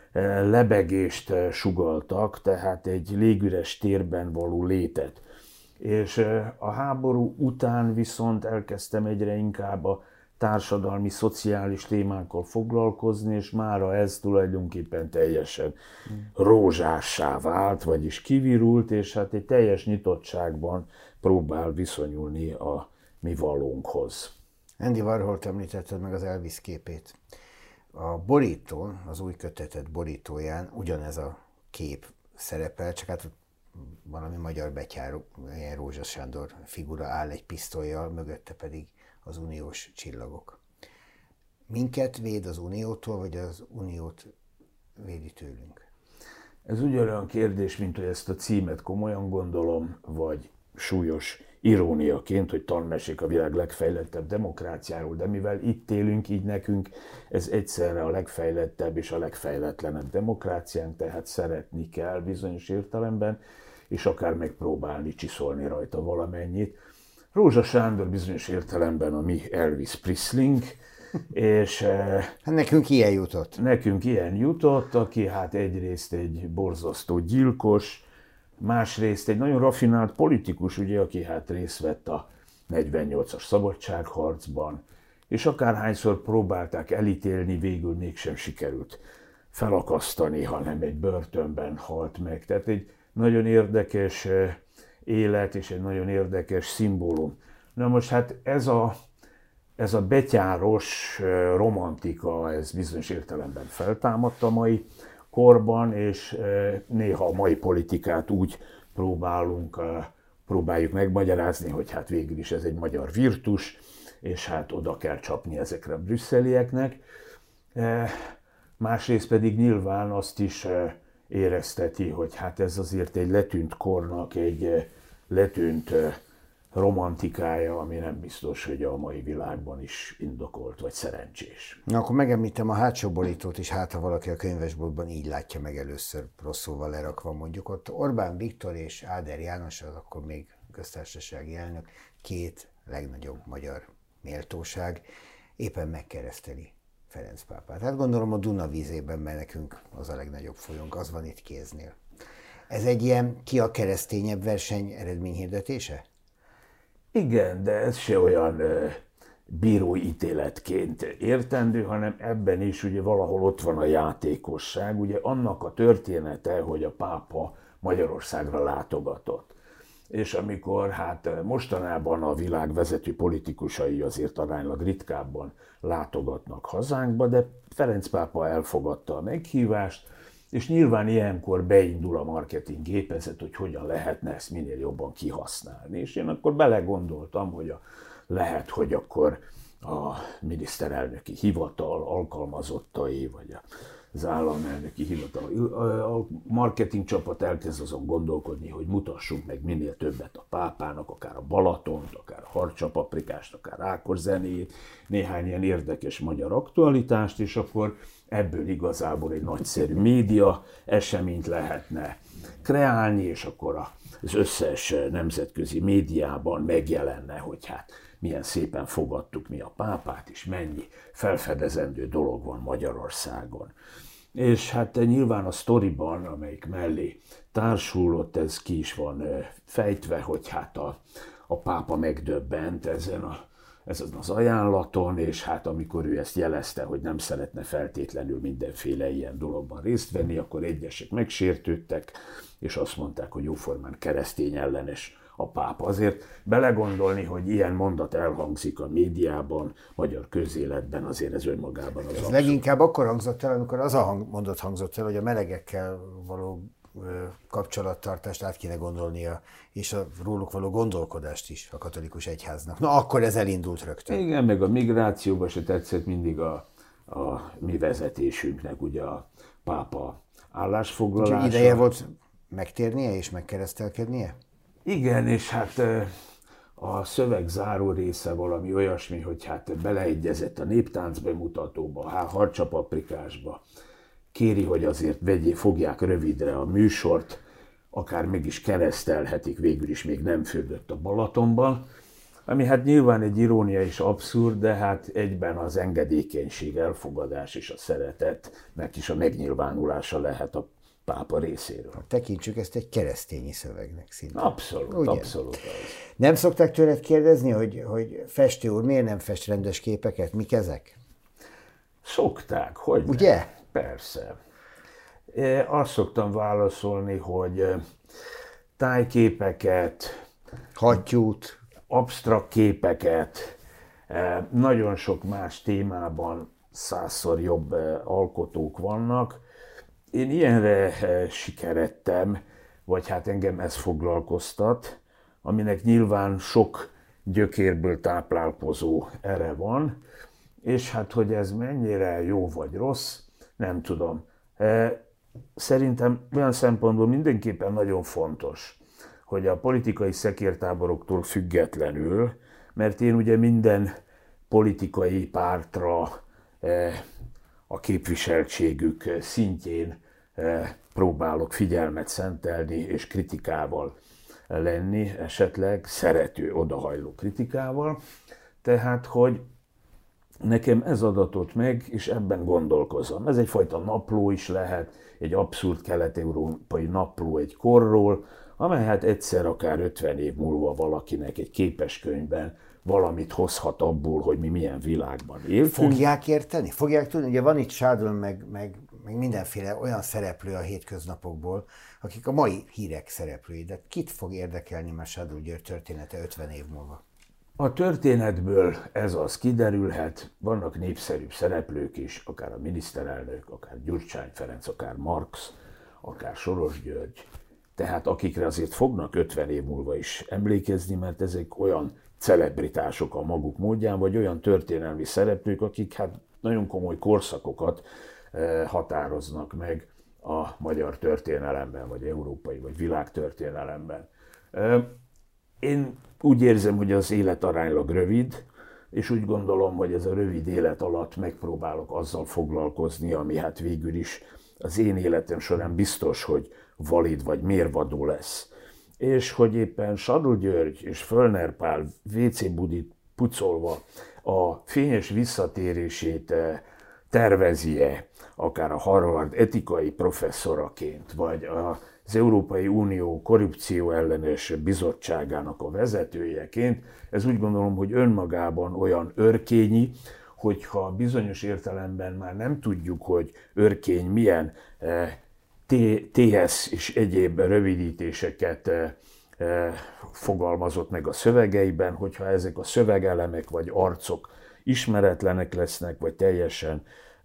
lebegést sugalltak, tehát egy légüres térben való létet. És a háború után viszont elkezdtem egyre inkább a társadalmi, szociális témákkal foglalkozni, és mára ez tulajdonképpen teljesen rózsássá vált, vagyis kivirult, és hát egy teljes nyitottságban próbál viszonyulni a mi valónkhoz. Andy Warholt említetted meg az Elvis képét. A borítón, az új kötetet borítóján ugyanez a kép szerepel, csak hát valami magyar betyár, ilyen Rózsa Sándor figura áll egy pisztollyal, mögötte pedig az uniós csillagok. Minket véd az uniótól, vagy az uniót védi tőlünk? Ez ugyanolyan kérdés, mint hogy ezt a címet komolyan gondolom, vagy súlyos iróniaként, hogy tanmesék a világ legfejlettebb demokráciáról, de mivel itt élünk, így nekünk ez egyszerre a legfejlettebb és a legfejletlenebb demokráciánk, tehát szeretni kell bizonyos értelemben, és akár megpróbálni csiszolni rajta valamennyit. Rózsa Sándor bizonyos értelemben a mi Elvis Presley, és hát nekünk ilyen jutott. Nekünk ilyen jutott, aki hát egyrészt egy borzasztó gyilkos, másrészt egy nagyon raffinált politikus, ugye, aki hát részt vett a negyvennyolcas szabadságharcban, és akárhányszor próbálták elítélni, végül mégsem sikerült felakasztani, hanem egy börtönben halt meg. Tehát egy nagyon érdekes élet és egy nagyon érdekes szimbólum. Na most hát ez a, ez a betyáros romantika, ez bizonyos értelemben feltámadt a mai korban, és néha a mai politikát úgy próbálunk, próbáljuk megmagyarázni, hogy hát végül is ez egy magyar virtus, és hát oda kell csapni ezekre a brüsszelieknek. Másrészt pedig nyilván azt is érezteti, hogy hát ez azért egy letűnt kornak egy letűnt romantikája, ami nem biztos, hogy a mai világban is indokolt vagy szerencsés. Na, akkor megemlítem a hátsó borítót is, hát ha valaki a könyvesboltban így látja meg először, rossz szóval lerakva mondjuk. Ott Orbán Viktor és Áder János, az akkor még köztársasági elnök, két legnagyobb magyar méltóság, éppen megkereszteli Ferenc pápát. Hát gondolom a Duna vízében, mert nekünk az a legnagyobb folyónk, az van itt kéznél. Ez egy ilyen ki a keresztényebb verseny eredményhirdetése? Igen, de ez se olyan uh, bírói ítéletként értendő, hanem ebben is ugye valahol ott van a játékosság, ugye annak a története, hogy a pápa Magyarországra látogatott. És amikor hát mostanában a világ vezető politikusai azért aránylag ritkábban látogatnak hazánkba, de Ferenc pápa elfogadta a meghívást, és nyilván ilyenkor beindul a marketing gépezet, hogy hogyan lehetne ezt minél jobban kihasználni. És én akkor belegondoltam, hogy a, lehet, hogy akkor a miniszterelnöki hivatal alkalmazottai, vagy az államelnöki hivatal, a marketing csapat elkezd azon gondolkodni, hogy mutassunk meg minél többet a pápának, akár a Balatont, akár a harcsapaprikást, akár Ákos zenéjét, néhány ilyen érdekes magyar aktualitást, és akkor ebből igazából egy nagyszerű média eseményt lehetne kreálni, és akkor az összes nemzetközi médiában megjelenne, hogy hát milyen szépen fogadtuk mi a pápát, és mennyi felfedezendő dolog van Magyarországon. És hát nyilván a sztoriban, amelyik mellé társulott, ez ki is van fejtve, hogy hát a, a pápa megdöbbent ezen a ezen az ajánlaton, és hát amikor ő ezt jelezte, hogy nem szeretne feltétlenül mindenféle ilyen dologban részt venni, akkor egyesek megsértődtek, és azt mondták, hogy jóformán keresztény ellenes a pápa. Azért belegondolni, hogy ilyen mondat elhangzik a médiában, magyar közéletben, azért ez önmagában az Ez abszolút. Leginkább akkor hangzott el, amikor az a hang, mondat hangzott el, hogy a melegekkel való kapcsolattartást át kéne gondolnia, és a róluk való gondolkodást is a katolikus egyháznak. Na, akkor ez elindult rögtön. Igen, meg a migrációban se tetszett mindig a, a mi vezetésünknek, ugye a pápa állásfoglalása. Úgyhogy ideje volt megtérnie és megkeresztelkednie? Igen, és hát a szöveg záró része valami olyasmi, hogy hát beleegyezett a néptánc bemutatóba, a harcsapaprikásba, kéri, hogy azért vegyé, fogják rövidre a műsort, akár meg is keresztelhetik, végül is még nem fürdött a Balatonban, ami hát nyilván egy irónia és abszurd, de hát egyben az engedékenység, elfogadás és a szeretetnek is a megnyilvánulása lehet a pápa részéről. Tekintsük ezt egy keresztényi szövegnek szinte. Abszolút, ugye? Abszolút az. Nem szokták tőled kérdezni, hogy, hogy festő úr, miért nem fest rendes képeket? Mik ezek? Szokták, hogy ugye? Nem? Persze. Én azt szoktam válaszolni, hogy tájképeket, hattyút, absztrakt képeket, nagyon sok más témában százszor jobb alkotók vannak. Én ilyenre sikeredtem, vagy hát engem ez foglalkoztat, aminek nyilván sok gyökérből táplálkozó ere van, és hát, hogy ez mennyire jó vagy rossz, nem tudom. Szerintem olyan szempontból mindenképpen nagyon fontos, hogy a politikai szekértáboroktól függetlenül, mert én ugye minden politikai pártra a képviseltségük szintjén próbálok figyelmet szentelni és kritikával lenni, esetleg szerető, odahajló kritikával. Tehát, hogy nekem ez adatott meg, és ebben gondolkozom. Ez egyfajta napló is lehet, egy abszurd kelet-európai napló egy korról, amely hát egyszer akár ötven év múlva valakinek egy képeskönyvben valamit hozhat abból, hogy mi milyen világban éltünk. Fogják érteni? Fogják tudni? Ugye van itt Sádron, meg, meg, meg mindenféle olyan szereplő a hétköznapokból, akik a mai hírek szereplői, de kit fog érdekelni már Sádron György története ötven év múlva? A történetből ez az kiderülhet, vannak népszerűbb szereplők is, akár a miniszterelnök, akár Gyurcsány Ferenc, akár Marx, akár Soros György, tehát akikre azért fognak ötven év múlva is emlékezni, mert ezek olyan celebritások a maguk módján, vagy olyan történelmi szereplők, akik hát nagyon komoly korszakokat határoznak meg a magyar történelemben, vagy európai, vagy világtörténelemben. Én úgy érzem, hogy az élet aránylag rövid, és úgy gondolom, hogy ez a rövid élet alatt megpróbálok azzal foglalkozni, ami hát végül is az én életem során biztos, hogy valid vagy mérvadó lesz. És hogy éppen Sadl György és Föllner Pál vé cé budit pucolva a fényes visszatérését tervezi-e, akár a Harvard etikai professzoraként, vagy az Európai Unió korrupció ellenes bizottságának a vezetőjeként, ez úgy gondolom, hogy önmagában olyan örkényi, hogyha bizonyos értelemben már nem tudjuk, hogy örkény milyen té es és egyéb rövidítéseket fogalmazott meg a szövegeiben, hogyha ezek a szövegelemek vagy arcok ismeretlenek lesznek, vagy teljesen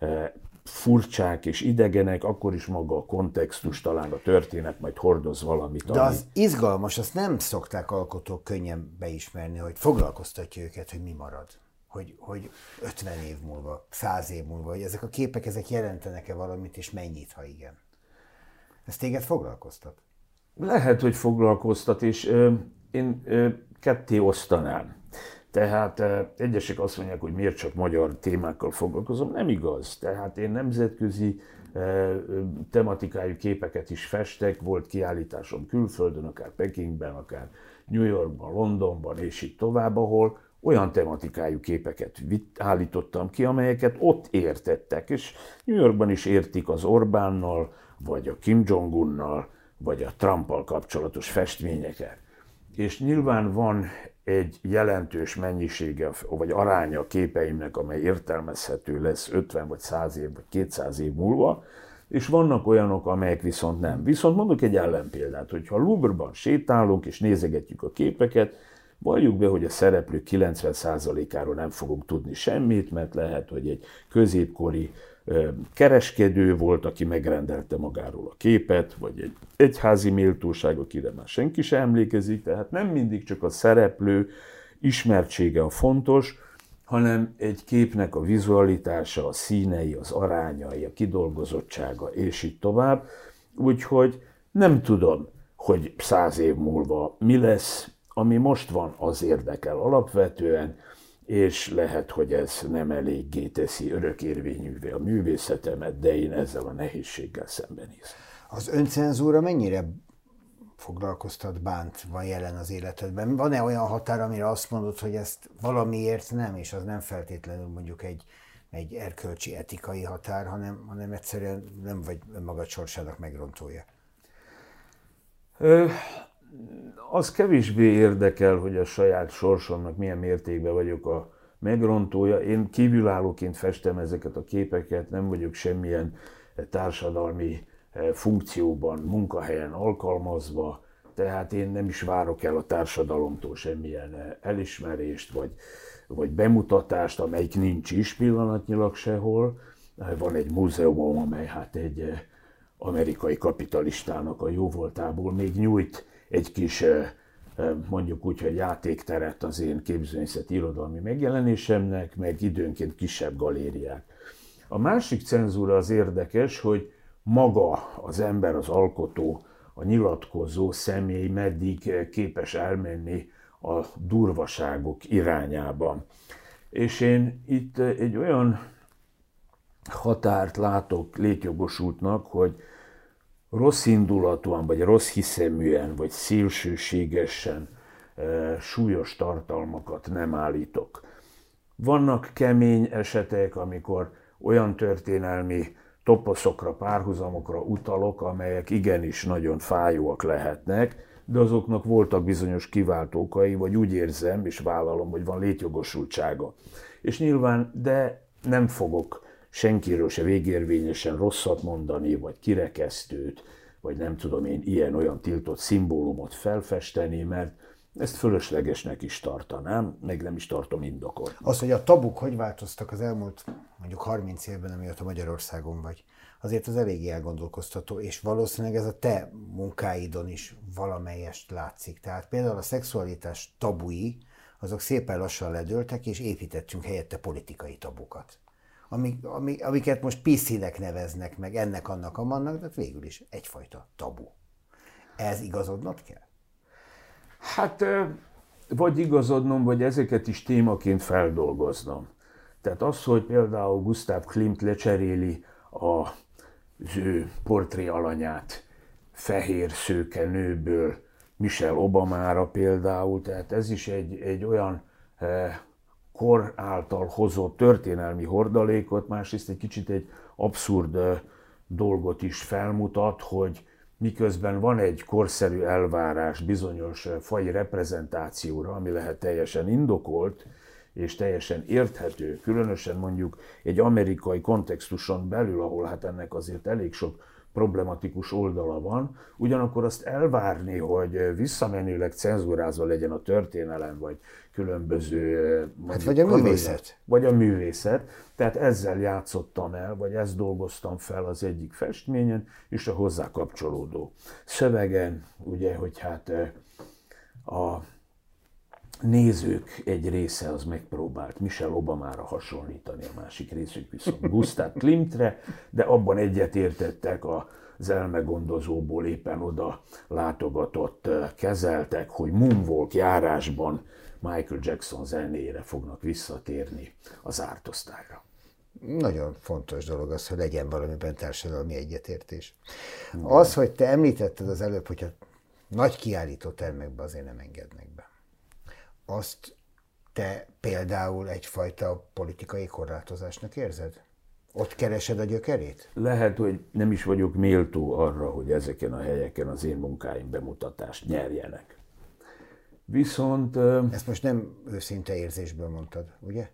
furcsák és idegenek, akkor is maga a kontextus, talán a történet majd hordoz valamit. De az ami... izgalmas, azt nem szokták alkotók könnyen beismerni, hogy foglalkoztatja őket, hogy mi marad. Hogy, hogy ötven év múlva, száz év múlva, hogy ezek a képek ezek jelentenek-e valamit, és mennyit, ha igen. Ez téged foglalkoztat? Lehet, hogy foglalkoztat, és ö, én ö, ketté osztanám. Tehát ö, egyesek azt mondják, hogy miért csak magyar témákkal foglalkozom. Nem igaz. Tehát én nemzetközi ö, tematikájú képeket is festek, volt kiállításom külföldön, akár Pekingben, akár New Yorkban, Londonban, és így tovább, ahol olyan tematikájú képeket állítottam ki, amelyeket ott értettek, és New Yorkban is értik az Orbánnal, vagy a Kim Jong-unnal, vagy a Trumpal kapcsolatos festményeket. És nyilván van egy jelentős mennyisége, vagy aránya a képeimnek, amely értelmezhető lesz ötven vagy száz év, vagy kétszáz év múlva, és vannak olyanok, amelyek viszont nem. Viszont mondok egy ellenpéldát, hogyha a Louvre-ban sétálunk és nézegetjük a képeket, valljuk be, hogy a szereplők kilencven százalékáról nem fogunk tudni semmit, mert lehet, hogy egy középkori kereskedő volt, aki megrendelte magáról a képet, vagy egy egyházi méltóság, akire már senki sem emlékezik, tehát nem mindig csak a szereplő ismertsége a fontos, hanem egy képnek a vizualitása, a színei, az arányai, a kidolgozottsága, és így tovább. Úgyhogy nem tudom, hogy száz év múlva mi lesz, ami most van, az érdekel alapvetően, és lehet, hogy ez nem eléggé teszi örökérvényűvé a művészetemet, de én ezzel a nehézséggel szembenézem. Az öncenzúra mennyire foglalkoztat, bánt, van jelen az életedben? Van-e olyan határ, amire azt mondod, hogy ezt valamiért nem, és az nem feltétlenül mondjuk egy, egy erkölcsi, etikai határ, hanem, hanem egyszerűen nem vagy önmagad sorsának megrontója? Ö, az kevésbé érdekel, hogy a saját sorsomnak milyen mértékben vagyok a megrontója. Én kívülállóként festem ezeket a képeket, nem vagyok semmilyen társadalmi funkcióban, munkahelyen alkalmazva, tehát én nem is várok el a társadalomtól semmilyen elismerést, vagy, vagy bemutatást, amelyik nincs is pillanatnyilag sehol. Van egy múzeumom, amely hát egy amerikai kapitalistának a jóvoltából még nyújt egy kis, mondjuk úgy, hogy játékteret az én képzőművészeti irodalmi megjelenésemnek, meg időnként kisebb galériák. A másik cenzúra az érdekes, hogy maga az ember, az alkotó, a nyilatkozó személy meddig képes elmenni a durvaságok irányába. És én itt egy olyan határt látok létjogosultnak, hogy rossz indulatúan, vagy rossz hiszeműen, vagy szélsőségesen e, súlyos tartalmakat nem állítok. Vannak kemény esetek, amikor olyan történelmi toposzokra, párhuzamokra utalok, amelyek igenis nagyon fájóak lehetnek, de azoknak voltak bizonyos kiváltókai, vagy úgy érzem, és vállalom, hogy van létjogosultsága. És nyilván, de nem fogok senkiről se végérvényesen rosszat mondani, vagy kirekesztőt, vagy nem tudom én, ilyen-olyan tiltott szimbólumot felfesteni, mert ezt fölöslegesnek is tartanám, meg nem is tartom indokot. Az, hogy a tabuk hogy változtak az elmúlt mondjuk harminc évben, amióta Magyarországon vagy, azért az eléggé elgondolkoztató, és valószínűleg ez a te munkáidon is valamelyest látszik. Tehát például a szexualitás tabui, azok szépen lassan ledőltek, és építettünk helyette politikai tabukat. Amik, amik, amiket most pé cé-nek neveznek, meg ennek, annak, amannak, de végül is egyfajta tabu. Ez igazodnod kell? Hát, vagy igazodnom, vagy ezeket is témaként feldolgoznom. Tehát az, hogy például Gustav Klimt lecseréli az ő portré alanyát fehér szőke nőből Michelle Obamára például, tehát ez is egy, egy olyan kor által hozott történelmi hordalékot, másrészt egy kicsit egy abszurd dolgot is felmutat, hogy miközben van egy korszerű elvárás bizonyos faji reprezentációra, ami lehet teljesen indokolt és teljesen érthető, különösen mondjuk egy amerikai kontextuson belül, ahol hát ennek azért elég sok problematikus oldala van, ugyanakkor azt elvárni, hogy visszamenőleg cenzúrázva legyen a történelem, vagy különböző... Hát vagy a művészet. Vagy a művészet. Tehát ezzel játszottam el, vagy ezt dolgoztam fel az egyik festményen, és a hozzá kapcsolódó szövegen, ugye, hogy hát a nézők egy része az megpróbált Michelle Obamára hasonlítani, a másik részük viszont Gustav Klimtre, de abban egyetértettek az elmegondozóból éppen oda látogatott kezeltek, hogy moonwalk járásban Michael Jackson zenéjére fognak visszatérni az ártosztályra. Nagyon fontos dolog az, hogy legyen valamiben társadalmi egyetértés. Az, hogy te említetted az előbb, hogy a nagy kiállító termekbe azért nem engednek be. Azt te például egyfajta politikai korlátozásnak érzed? Ott keresed a gyökerét? Lehet, hogy nem is vagyok méltó arra, hogy ezeken a helyeken az én munkáim bemutatást nyerjenek. Viszont... Ezt most nem őszinte érzésből mondtad, ugye?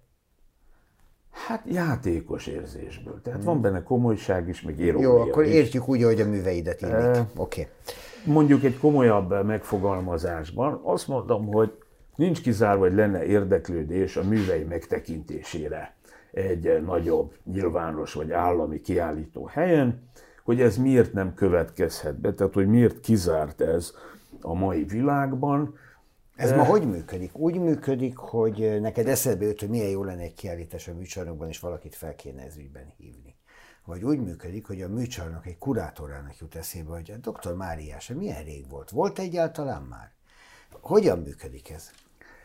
Hát játékos érzésből. Tehát hmm. van benne komolyság is, meg irónia. Jó, akkor is. Értjük úgy, hogy a műveidet illik. E... Oké. Okay. Mondjuk egy komolyabb megfogalmazásban azt mondom, hogy nincs kizárva, hogy lenne érdeklődés a művei megtekintésére egy nagyobb, nyilvános vagy állami kiállító helyen, hogy ez miért nem következhet be, tehát hogy miért kizárt ez a mai világban. Ez ma hogy működik? Úgy működik, hogy neked eszedbe jött, hogy milyen jó lenne egy kiállítás a műcsarnokban, és valakit fel kéne ez ügyben hívni. Vagy úgy működik, hogy a műcsarnok egy kurátorának jut eszébe, hogy a doktor Máriás milyen rég volt? Volt egyáltalán már? Hogyan működik ez?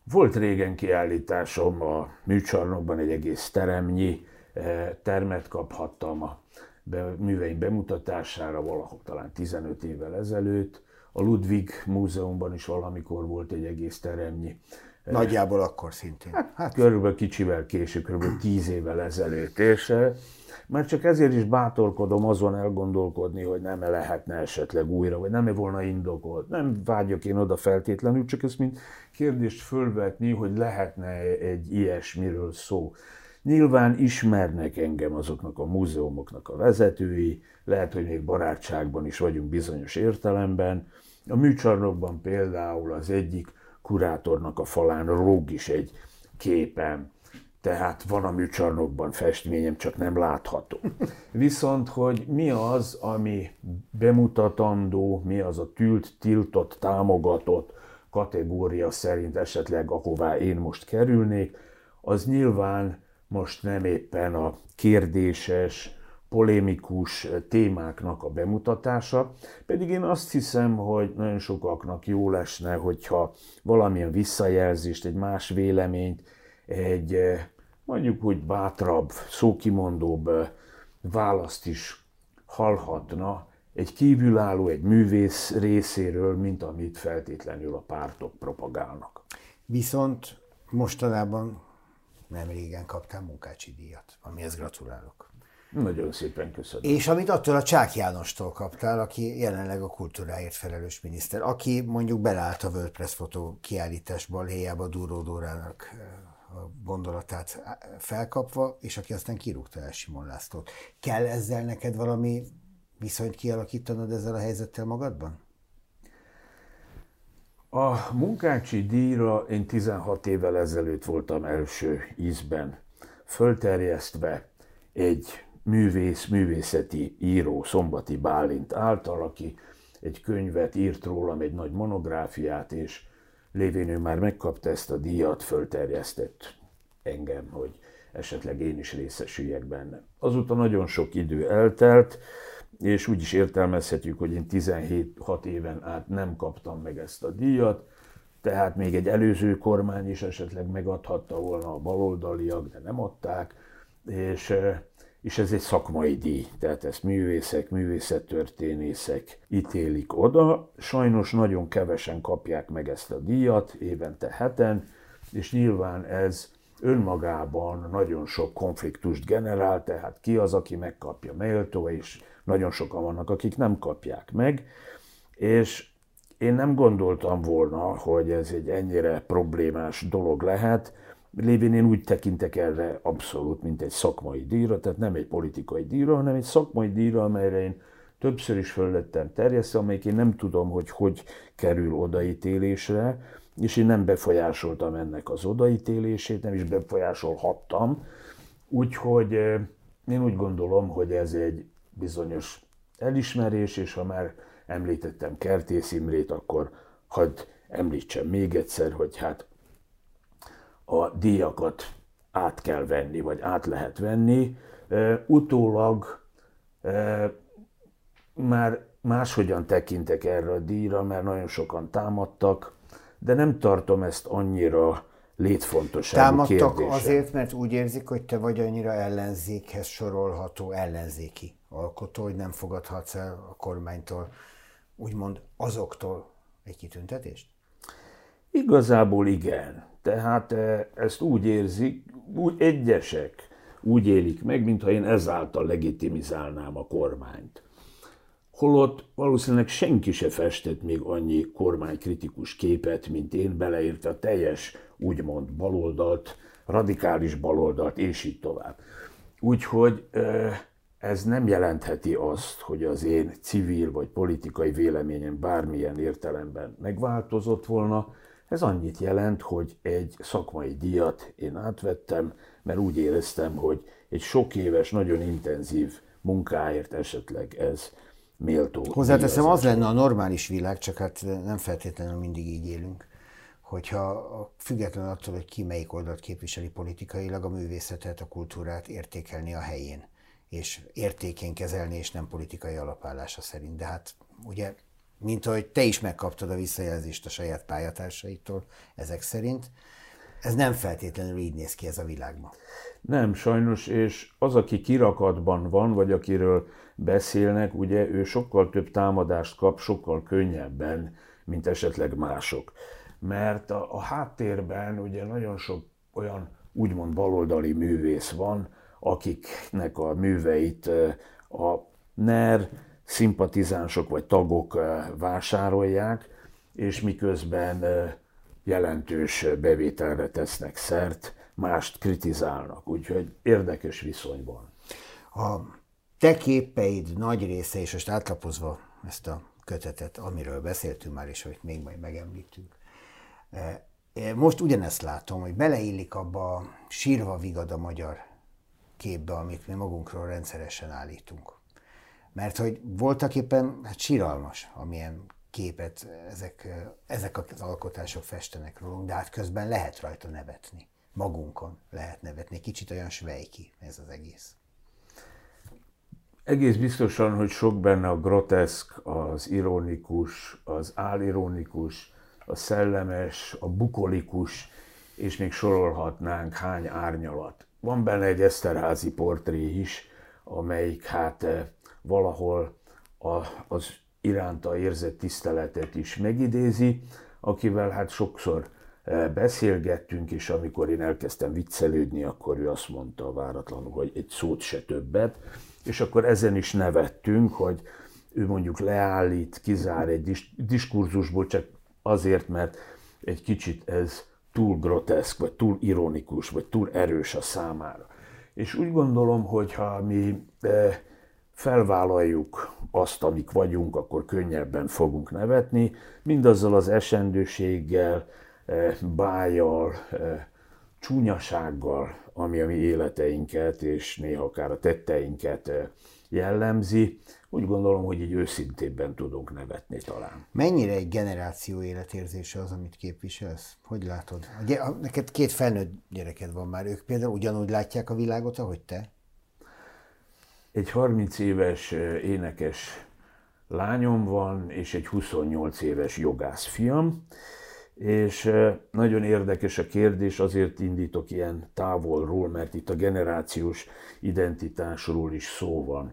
Volt régen kiállításom a műcsarnokban, egy egész teremnyi termet kaphattam a műveim bemutatására, valahol talán tizenöt évvel ezelőtt. A Ludwig Múzeumban is valamikor volt egy egész teremnyi. Nagyjából akkor szintén. Hát, hát körülbelül kicsivel később, körülbelül tíz évvel ezelőtt, és már csak ezért is bátorkodom azon elgondolkodni, hogy nem lehetne esetleg újra, vagy nem volna indokolt. Nem vágyok én oda feltétlenül, csak ezt mint kérdést fölvetni, hogy lehetne egy ilyesmiről szó. Nyilván ismernek engem azoknak a múzeumoknak a vezetői, lehet, hogy még barátságban is vagyunk bizonyos értelemben. A műcsarnokban például az egyik kurátornak a falán róg is egy képem, tehát van a műcsarnokban festményem, csak nem látható. Viszont, hogy mi az, ami bemutatandó, mi az a tült, tiltott, támogatott kategória szerint esetleg ahová én most kerülnék, az nyilván most nem éppen a kérdéses, polémikus témáknak a bemutatása, pedig én azt hiszem, hogy nagyon sokaknak jó lesne, hogyha valamilyen visszajelzést, egy más véleményt, egy mondjuk úgy bátrabb, szókimondóbb választ is hallhatna egy kívülálló, egy művész részéről, mint amit feltétlenül a pártok propagálnak. Viszont mostanában nem régen kaptál Munkácsi díjat, amihez gratulálok. Nagyon szépen köszönöm. És amit attól a Csák Jánostól kaptál, aki jelenleg a kultúráért felelős miniszter, aki mondjuk beleállt a World Press fotó kiállítás balhéjába Dúró Dórának a gondolatát felkapva, és aki aztán kirúgta el Simon Lászlót. Kell ezzel neked valami viszonyt kialakítanod ezzel a helyzettel magadban? A Munkácsi díjra én tizenhat évvel ezelőtt voltam első ízben fölterjesztve egy művész, művészeti író, Szombati Bálint által, aki egy könyvet írt rólam, egy nagy monográfiát, és lévén ő már megkapta ezt a díjat, fölterjesztett engem, hogy esetleg én is részesüljek benne. Azóta nagyon sok idő eltelt, és úgy is értelmezhetjük, hogy én tizenhét éven át nem kaptam meg ezt a díjat, tehát még egy előző kormány is esetleg megadhatta volna, a baloldaliak, de nem adták, és, és ez egy szakmai díj, tehát ezt művészek, művészettörténészek ítélik oda. Sajnos nagyon kevesen kapják meg ezt a díjat, évente heten, és nyilván ez önmagában nagyon sok konfliktust generál, tehát ki az, aki megkapja méltó, és nagyon sokan vannak, akik nem kapják meg, és én nem gondoltam volna, hogy ez egy ennyire problémás dolog lehet, lévén én úgy tekintek erre abszolút, mint egy szakmai díjra, tehát nem egy politikai díjra, hanem egy szakmai díjra, amelyre én többször is föl lettem terjesztve, amelyik én nem tudom, hogy hogy kerül odaítélésre, és én nem befolyásoltam ennek az odaítélését, nem is befolyásolhattam, úgyhogy én úgy gondolom, hogy ez egy bizonyos elismerés, és ha már említettem Kertész Imrét, akkor hadd említsem még egyszer, hogy hát a díjakat át kell venni, vagy át lehet venni. Utólag már máshogyan tekintek erre a díjra, mert nagyon sokan támadtak, de nem tartom ezt annyira létfontosságú kérdésem. Támadtak azért, mert úgy érzik, hogy te vagy annyira ellenzékhez sorolható ellenzéki alkotó, hogy nem fogadhatsz el a kormánytól, úgymond azoktól egy kitüntetést? Igazából igen. Tehát ezt úgy érzik, úgy egyesek úgy élik meg, mintha én ezáltal legitimizálnám a kormányt. Holott valószínűleg senki se festett még annyi kormánykritikus képet, mint én, beleértve a teljes, úgymond baloldalt, radikális baloldalt, és így tovább. Úgyhogy ez nem jelentheti azt, hogy az én civil vagy politikai véleményem bármilyen értelemben megváltozott volna. Ez annyit jelent, hogy egy szakmai díjat én átvettem, mert úgy éreztem, hogy egy sok éves, nagyon intenzív munkáért esetleg ez méltó. Hozzáteszem, az lenne a normális világ, csak hát nem feltétlenül mindig így élünk, hogyha függetlenül attól, hogy ki melyik oldalt képviseli politikailag, a művészetet, a kultúrát értékelni a helyén, és értékén kezelni, és nem politikai alapállása szerint. De hát ugye mint ahogy te is megkaptad a visszajelzést a saját pályatársaitól, ezek szerint. Ez nem feltétlenül így néz ki ez a világban. Nem, sajnos, és az, aki kirakatban van, vagy akiről beszélnek, ugye ő sokkal több támadást kap, sokkal könnyebben, mint esetleg mások. Mert a, a háttérben ugye nagyon sok olyan úgymond baloldali művész van, akiknek a műveit a NER szimpatizánsok vagy tagok vásárolják, és miközben jelentős bevételre tesznek szert, mást kritizálnak, úgyhogy érdekes viszony van. A te képeid nagy része, és most átlapozva ezt a kötetet, amiről beszéltünk már, és amit még majd megemlítünk, most ugyanezt látom, hogy beleillik abba a sírva vigad a magyar képbe, amit mi magunkról rendszeresen állítunk. Mert hogy voltak éppen hát síralmas, amilyen képet ezek, ezek az alkotások festenek rólunk, de hát közben lehet rajta nevetni. Magunkon lehet nevetni. Kicsit olyan svejki ez az egész. Egész biztosan, hogy sok benne a groteszk, az ironikus, az álironikus, a szellemes, a bukolikus, és még sorolhatnánk hány árnyalat. Van benne egy Eszterházy portré is, amelyik hát valahol a, az iránta érzett tiszteletet is megidézi, akivel hát sokszor beszélgettünk, és amikor én elkezdtem viccelődni, akkor ő azt mondta váratlanul, hogy egy szót se többet, és akkor ezen is nevettünk, hogy ő mondjuk leállít, kizár egy diskurzusból, csak azért, mert egy kicsit ez túl groteszk, vagy túl ironikus, vagy túl erős a számára. És úgy gondolom, hogy ha mi felvállaljuk azt, amik vagyunk, akkor könnyebben fogunk nevetni, mindazzal az esendőséggel, bájjal, csúnyasággal, ami a mi életeinket, és néha akár a tetteinket jellemzi. Úgy gondolom, hogy így őszintébben tudunk nevetni talán. Mennyire egy generáció életérzése az, amit képviselsz? Hogy látod? Neked két felnőtt gyereked van már, ők például ugyanúgy látják a világot, ahogy te? Egy harminc éves énekes lányom van, és egy huszonnyolc éves jogász fiam, és nagyon érdekes a kérdés, azért indítok ilyen távolról, mert itt a generációs identitásról is szó van.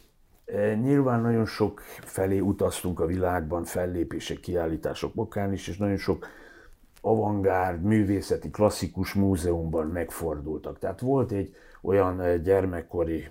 Nyilván nagyon sok felé utaztunk a világban, fellépések, kiállítások okán is, és nagyon sok avantgárd, művészeti, klasszikus múzeumban megfordultak. Tehát volt egy olyan gyermekkori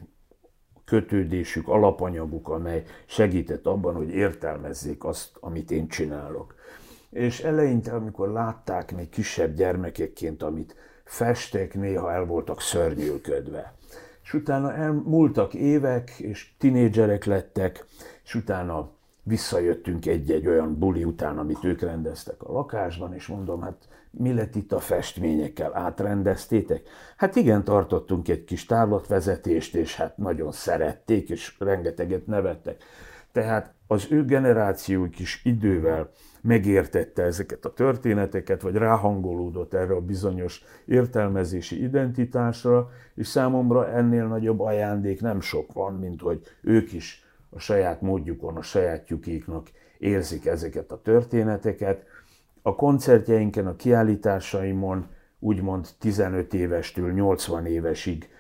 kötődésük, alapanyaguk, amely segített abban, hogy értelmezzék azt, amit én csinálok. És eleinte, amikor látták még kisebb gyermekekként, amit festek, néha el voltak szörnyűködve. És utána elmúltak évek, és tinédzserek lettek, és utána visszajöttünk egy-egy olyan buli után, amit ők rendeztek a lakásban, és mondom, hát mi lett itt a festményekkel? Átrendeztétek? Hát igen, tartottunk egy kis tárlatvezetést, és hát nagyon szerették, és rengeteget nevettek. Tehát az ő generációjuk is idővel megértette ezeket a történeteket, vagy ráhangolódott erre a bizonyos értelmezési identitásra, és számomra ennél nagyobb ajándék nem sok van, mint hogy ők is a saját módjukon, a sajátjukéknak érzik ezeket a történeteket. A koncertjeinken, a kiállításaimon úgymond tizenöt évestől nyolcvan évesig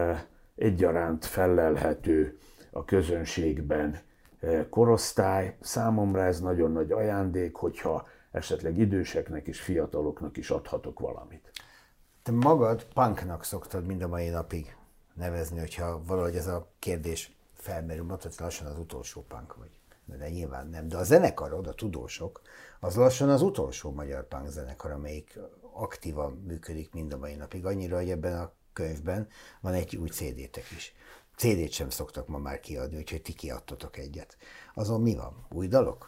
egyaránt fellelhető a közönségben korosztály. Számomra ez nagyon nagy ajándék, hogyha esetleg időseknek és fiataloknak is adhatok valamit. Te magad punknak szoktad mind a mai napig nevezni, hogyha valahogy ez a kérdés felmerül, mondhatod, lassan az utolsó punk vagy. De nyilván nem. De a zenekarod, a Tudósok, az lassan az utolsó magyar punk zenekar, amelyik aktívan működik mind a mai napig. Annyira, hogy ebben a könyvben van egy új cé dé-tek is. cé dét sem szoktak ma már kiadni, úgyhogy ti kiadtatok egyet. Azon mi van? Új dalok?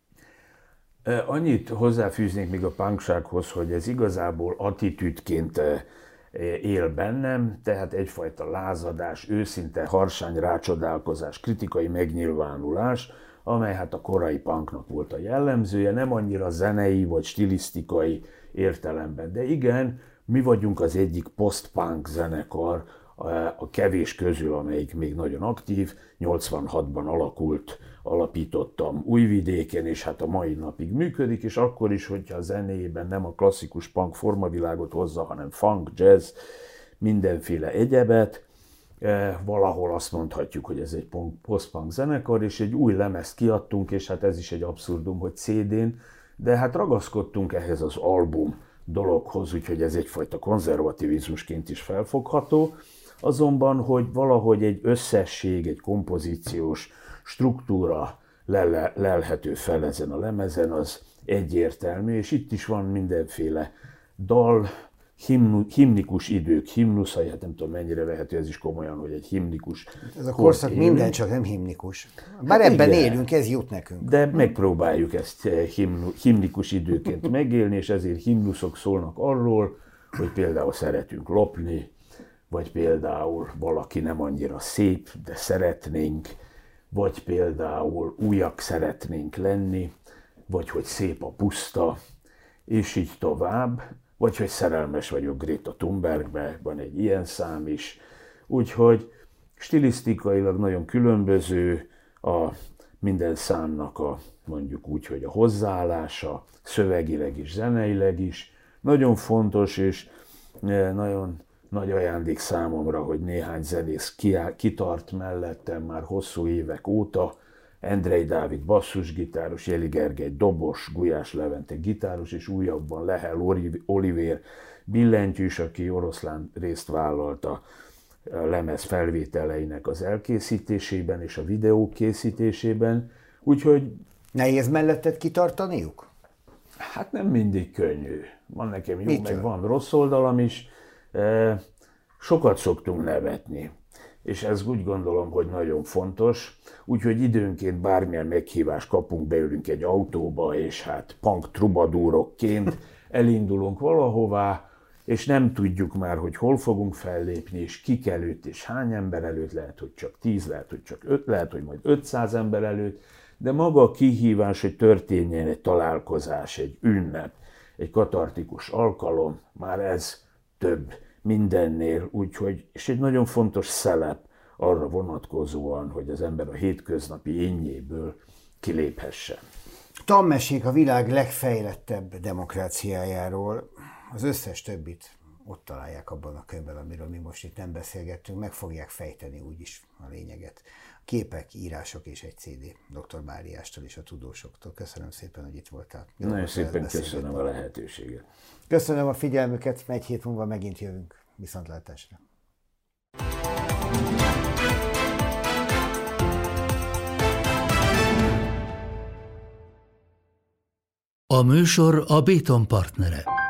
Annyit hozzáfűznék még a punksághoz, hogy ez igazából attitűdként él bennem, tehát egyfajta lázadás, őszinte harsány rácsodálkozás, kritikai megnyilvánulás, amely hát a korai punknak volt a jellemzője, nem annyira zenei vagy stilisztikai értelemben. De igen, mi vagyunk az egyik post-punk zenekar, a kevés közül, amelyik még nagyon aktív. nyolcvanhatban alakult, alapítottam Újvidéken, és hát a mai napig működik, és akkor is, hogyha a zenéjében nem a klasszikus punk formavilágot hozza, hanem funk, jazz, mindenféle egyebet. Valahol azt mondhatjuk, hogy ez egy post-punk zenekar, és egy új lemezt kiadtunk, és hát ez is egy abszurdum, hogy cé dén, de hát ragaszkodtunk ehhez az album dologhoz, úgyhogy ez egyfajta konzervativizmusként is felfogható, azonban, hogy valahogy egy összesség, egy kompozíciós struktúra lele, lelhető fel ezen a lemezen, az egyértelmű, és itt is van mindenféle dal, himnu, himnikus idők, himnuszai, hát nem tudom mennyire vehető ez is komolyan, hogy egy himnikus. Ez a korszak élünk. Minden csak nem himnikus. Bár hát ebben igen, élünk, ez jut nekünk. De megpróbáljuk ezt himnu, himnikus időként megélni, és ezért himnuszok szólnak arról, hogy például szeretünk lopni, vagy például valaki nem annyira szép, de szeretnénk, vagy például újak szeretnénk lenni, vagy hogy szép a puszta, és így tovább, vagy hogy szerelmes vagyok Greta Thunbergbe, van egy ilyen szám is. Úgyhogy stilisztikailag nagyon különböző a minden számnak a, mondjuk úgy, hogy a hozzáállása, szövegileg is, zeneileg is. Nagyon fontos, és nagyon nagy ajándék számomra, hogy néhány zenész kitart mellettem már hosszú évek óta. Endrei Dávid basszusgitáros, Jeli Gergely dobos, Gulyás Levente gitáros, és újabban Lehel Olivér billentyűs, aki oroszlán részt vállalt a lemez felvételeinek az elkészítésében és a videók készítésében. Úgyhogy... Nehéz melletted kitartaniuk? Hát nem mindig könnyű. Van nekem jó, Mit meg jön? Van rossz oldalam is. Sokat szoktunk nevetni, és ez úgy gondolom, hogy nagyon fontos, úgyhogy időnként bármilyen meghívást kapunk, beülünk egy autóba, és hát punk trubadúrokként elindulunk valahová, és nem tudjuk már, hogy hol fogunk fellépni, és kik előtt, és hány ember előtt, lehet, hogy csak tíz, lehet, hogy csak öt, lehet, hogy majd ötszáz ember előtt, de maga a kihívás, hogy történjen egy találkozás, egy ünnep, egy katartikus alkalom, már ez több mindennél, úgyhogy, és egy nagyon fontos szelep arra vonatkozóan, hogy az ember a hétköznapi énjéből kiléphessen. Tanmesék a világ legfejlettebb demokráciájáról, az összes többit ott találják abban a könyvben, amiről mi most itt nem beszélgettünk, meg fogják fejteni úgyis a lényeget. Képek, írások és egy cé dé doktor Máriástól és a tudósoktól. Köszönöm szépen, hogy itt voltál. Jó, nagyon szépen köszönöm a lehetőséget. Köszönöm a figyelmüket, egy hét múlva megint jövünk. Viszontlátásra. A műsor a Béton partnere.